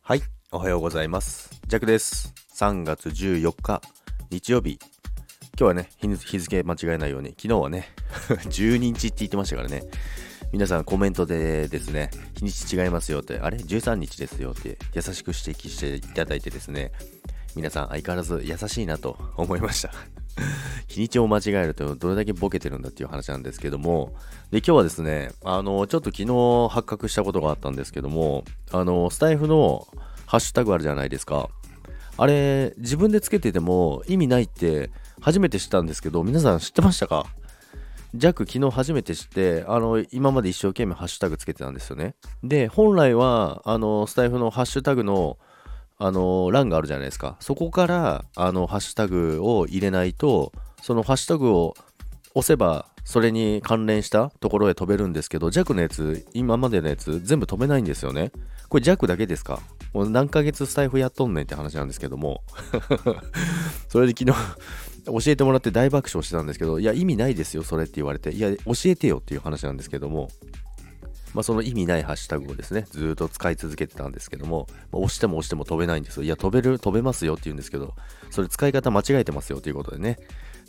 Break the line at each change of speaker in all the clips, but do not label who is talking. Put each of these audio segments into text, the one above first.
はい、おはようございます。ジャクです。3月14日日曜日。今日はね、日付間違えないように、昨日はね、12日って言ってましたからね。皆さんコメントでですね、日にち違いますよって、あれ ?13 日ですよって優しく指摘していただいてですね、皆さん相変わらず優しいなと思いました。日にちを間違えるとどれだけボケてるんだっていう話なんですけども、で今日はですね、ちょっと昨日発覚したことがあったんですけども、スタイフのハッシュタグあるじゃないですか。あれ自分でつけてても意味ないって初めて知ったんですけど、皆さん知ってましたか？ジャック昨日初めて知って、今まで一生懸命ハッシュタグつけてたんですよね。で本来はスタイフのハッシュタグの欄があるじゃないですか。そこからハッシュタグを入れないと、そのハッシュタグを押せばそれに関連したところへ飛べるんですけど、弱のやつ、今までのやつ全部飛べないんですよね。これ弱だけですか？もう何ヶ月スタイフやっとんねんって話なんですけどもそれで昨日教えてもらって大爆笑してたんですけど、いや意味ないですよそれって言われて、いや教えてよっていう話なんですけども、その意味ないハッシュタグをですね、ずっと使い続けてたんですけども、押しても押しても飛べないんですよ。いや、飛べますよって言うんですけど、それ使い方間違えてますよということでね。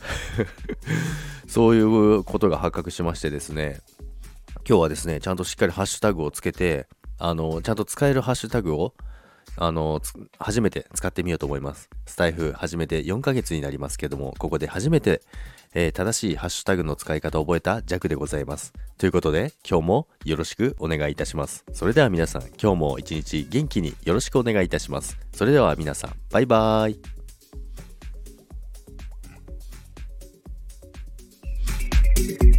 そういうことが発覚しましてですね、今日はですね、ちゃんとしっかりハッシュタグをつけて、ちゃんと使えるハッシュタグを初めて使ってみようと思います。スタイフ始めて4ヶ月になりますけども、ここで初めて、正しいハッシュタグの使い方を覚えたジャクでございます。ということで、今日もよろしくお願いいたします。それでは皆さん、今日も一日元気によろしくお願いいたします。それでは皆さん、バイバーイ。